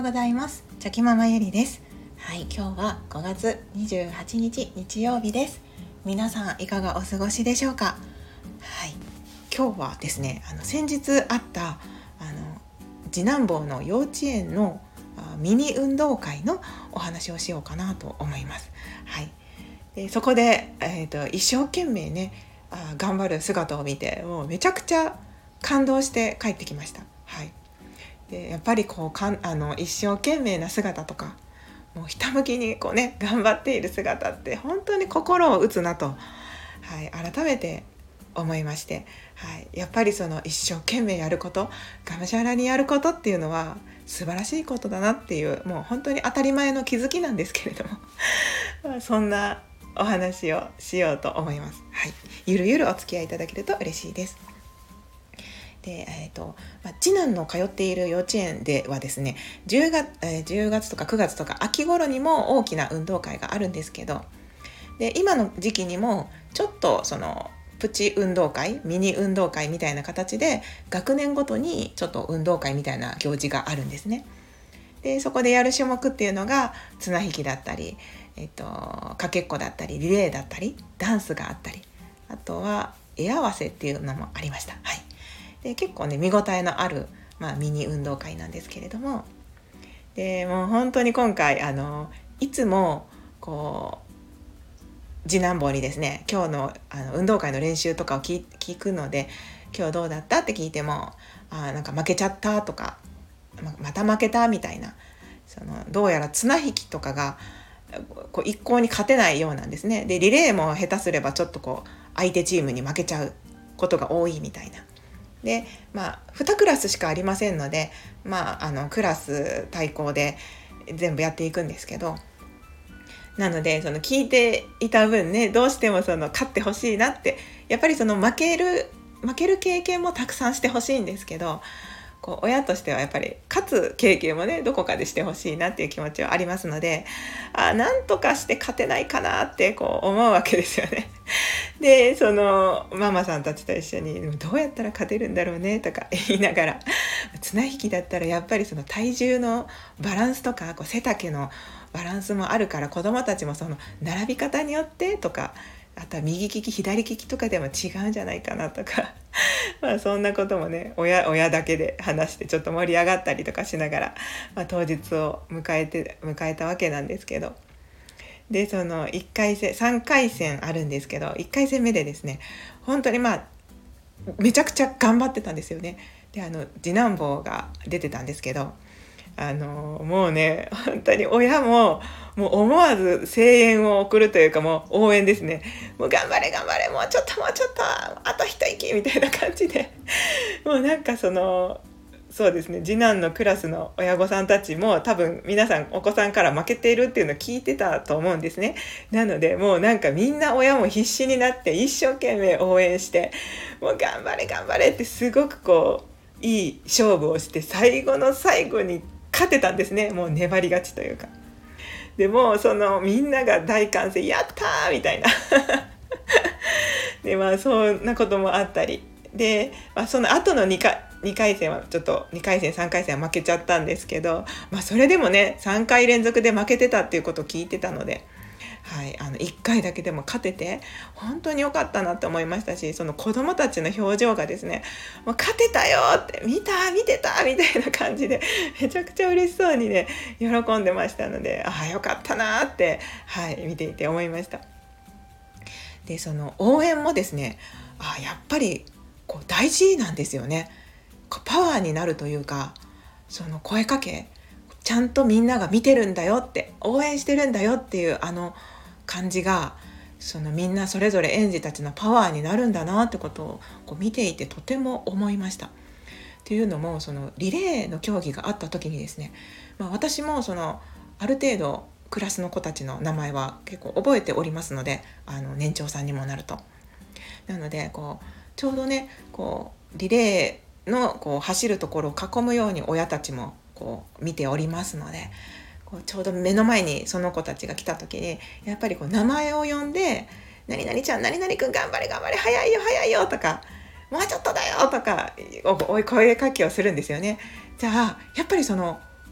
ございます。チョキママゆりです。はい、今日は5月28日日曜日です。皆さんいかがお過ごしでしょうか。はい、今日はですね、先日あった次男坊の幼稚園のミニ運動会のお話をしようかなと思います。はい、でそこで、一生懸命ね頑張る姿を見て、もうめちゃくちゃ感動して帰ってきました。はい、でやっぱり一生懸命な姿とか、もうひたむきに頑張っている姿って本当に心を打つなと、改めて思いまして、やっぱりその一生懸命やること、がむしゃらにやることっていうのは素晴らしいことだなっていう、もう本当に当たり前の気づきなんですけれどもそんなお話をしようと思います。ゆるゆるお付き合いいただけると嬉しいです。で次男の通っている幼稚園ではですね、10月とか9月とか秋頃にも大きな運動会があるんですけど、で今の時期にもちょっとそのプチ運動会、ミニ運動会みたいな形で学年ごとにちょっと運動会みたいな行事があるんですね。でそこでやる種目っていうのが綱引きだったり、かけっこだったりリレーだったりダンスがあったり、あとは絵合わせっていうのもありました。で結構ね見応えのある、ミニ運動会なんですけれども、でもう本当に今回いつも次男坊にですね、今日の、運動会の練習とかを聞くので、今日どうだったって聞いても、なんか負けちゃったとか、また負けたみたいな、どうやら綱引きとかが一向に勝てないようなんですね。でリレーも下手すればちょっと相手チームに負けちゃうことが多いみたいな。で2クラスしかありませんので、クラス対抗で全部やっていくんですけど、なので聞いていた分ね、どうしても勝ってほしいなって、やっぱり負ける経験もたくさんしてほしいんですけど、親としてはやっぱり勝つ経験もねどこかでしてほしいなっていう気持ちはありますので、なんとかして勝てないかなって思うわけですよね。でママさんたちと一緒にどうやったら勝てるんだろうねとか言いながら、綱引きだったらやっぱり体重のバランスとか背丈のバランスもあるから、子どもたちも並び方によってとか、あとは右利き左利きとかでも違うんじゃないかなとかそんなこともね親だけで話してちょっと盛り上がったりとかしながら、当日を迎えたわけなんですけど、で1回戦3回戦あるんですけど、1回戦目でですね、本当にめちゃくちゃ頑張ってたんですよね。で次男坊が出てたんですけど、もうね本当に親もう思わず声援を送るというか、もう応援ですね。もう頑張れ頑張れ、もうちょっとあと一息みたいな感じでもうなんかそうですね、次男のクラスの親御さんたちも多分皆さんお子さんから負けているっていうのを聞いてたと思うんですね。なのでもうなんかみんな親も必死になって一生懸命応援して、もう頑張れ頑張れってすごくいい勝負をして、最後の最後に勝てたんですね。もう粘り勝ちというか。でもみんなが大歓声、やったーみたいなでそんなこともあったりで、その後の2回戦はちょっと2回戦3回戦は負けちゃったんですけど、それでもね3回連続で負けてたっていうことを聞いてたので、1回だけでも勝てて本当に良かったなと思いましたし、子供たちの表情がですね、もう勝てたよって見てたみたいな感じでめちゃくちゃ嬉しそうにね喜んでましたので、良かったなって、見ていて思いました。で応援もですね、やっぱり大事なんですよね。パワーになるというか、声かけ、ちゃんとみんなが見てるんだよって、応援してるんだよっていう感じが、みんなそれぞれ園児たちのパワーになるんだなってことを見ていてとても思いました。っていうのもリレーの競技があった時にですね、私もある程度クラスの子たちの名前は結構覚えておりますので、年長さんにもなると。なのでちょうどねリレーの走るところを囲むように親たちも見ておりますので、ちょうど目の前にその子たちが来た時に、やっぱり名前を呼んで、何々ちゃん何々くん頑張れ頑張れ、早いよとか、もうちょっとだよとか声かけをするんですよね。じゃあやっぱり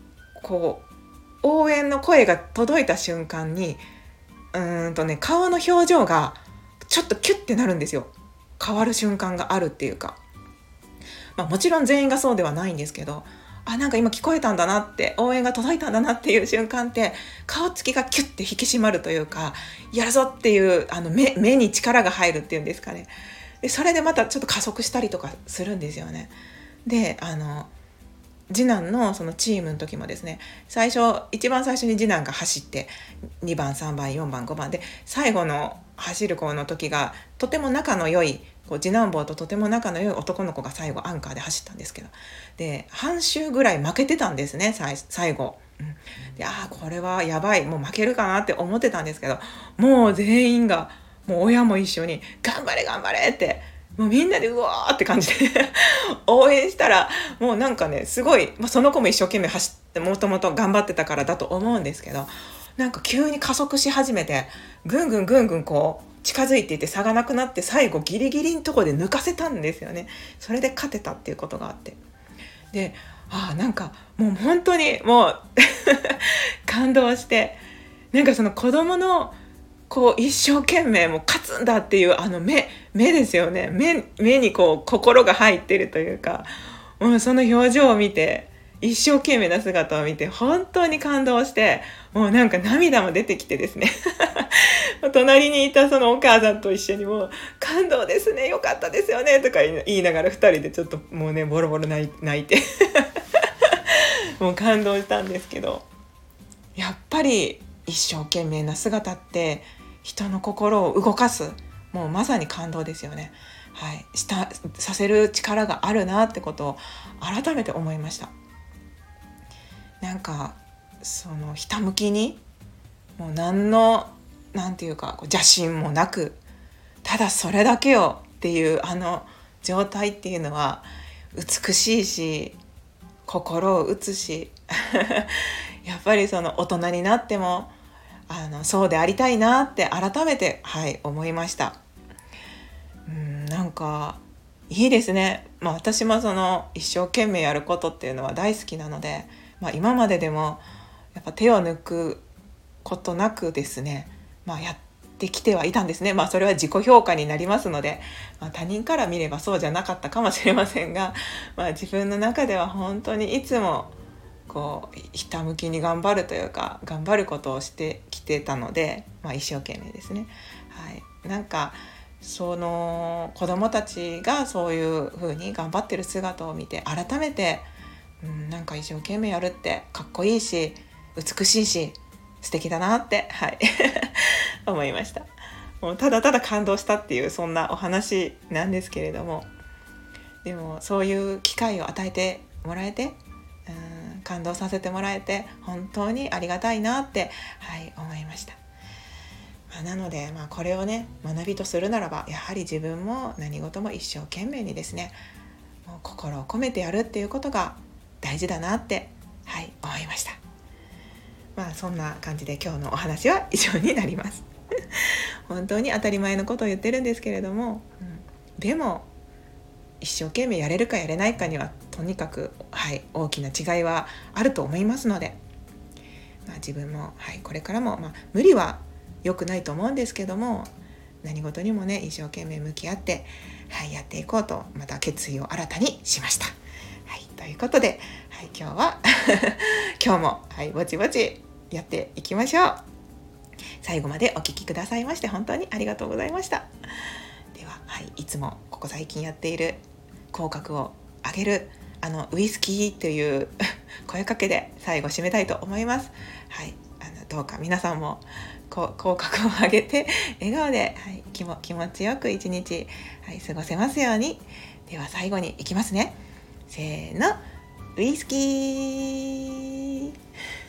こう応援の声が届いた瞬間に顔の表情がちょっとキュッてなるんですよ。変わる瞬間があるっていうか、もちろん全員がそうではないんですけど、なんか今聞こえたんだなって、応援が届いたんだなっていう瞬間って、顔つきがキュッて引き締まるというか、やるぞっていう目に力が入るっていうんですかね。でそれでまたちょっと加速したりとかするんですよね。で次男のそのチームの時もですね、一番最初に次男が走って2番3番4番5番で、最後の走る子の時がとても仲の良い次男坊ととても仲の良い男の子が最後アンカーで走ったんですけど、で半周ぐらい負けてたんですね、最後、でこれはやばい、もう負けるかなって思ってたんですけど、もう全員が、もう親も一緒に頑張れ頑張れって、もうみんなでうわーって感じで応援したら、もうなんかねすごい、その子も一生懸命走ってもともと頑張ってたからだと思うんですけど、なんか急に加速し始めて、ぐんぐんこう近づいていって差がなくなって、最後ギリギリのとこで抜かせたんですよね。それで勝てたっていうことがあって、でなんかもう本当にもう感動して、なんかその子供のこう一生懸命もう勝つんだっていう目ですよね。目にこう心が入ってるというか、もうその表情を見て、一生懸命な姿を見て本当に感動して、もうなんか涙も出てきてですね隣にいたそのお母さんと一緒にもう感動ですね、よかったですよねとか言いながら2人でちょっともうねボロボロ泣いてもう感動したんですけど、やっぱり一生懸命な姿って人の心を動かす、もうまさに感動ですよね。させる力があるなってことを改めて思いました。なんかそのひたむきに、もうなんていうか邪心もなく、ただそれだけよっていう状態っていうのは美しいし、心を打つしやっぱりその大人になってもそうでありたいなって改めて思いました。なんかいいですね。私もその一生懸命やることっていうのは大好きなので、今まででもやっぱ手を抜くことなくですね、やってきてはいたんですね。それは自己評価になりますので、他人から見ればそうじゃなかったかもしれませんが、自分の中では本当にいつもこうひたむきに頑張るというか、頑張ることをしてきてたので、一生懸命ですね。なんかその子どもたちがそういう風に頑張ってる姿を見て、改めて、なんか一生懸命やるってかっこいいし美しいし素敵だなって思いました。もうただただ感動したっていう、そんなお話なんですけれども、でもそういう機会を与えてもらえて、感動させてもらえて本当にありがたいなって、思いました。なので、これをね学びとするならば、やはり自分も何事も一生懸命にですね、もう心を込めてやるっていうことが大事だなって、思いました。そんな感じで今日のお話は以上になります本当に当たり前のことを言ってるんですけれども、でも一生懸命やれるかやれないかにはとにかく、大きな違いはあると思いますので、自分も、これからも、無理は良くないと思うんですけども、何事にもね一生懸命向き合って、やっていこうとまた決意を新たにしました。ということで、今日は今日も、ぼちぼちやっていきましょう。最後までお聞きくださいまして本当にありがとうございました。では、いつもここ最近やっている口角を上げるウイスキーという声かけで最後締めたいと思います。どうか皆さんも口角を上げて笑顔で、気持ちよく一日、過ごせますように。では最後にいきますね。せーの、ウイスキー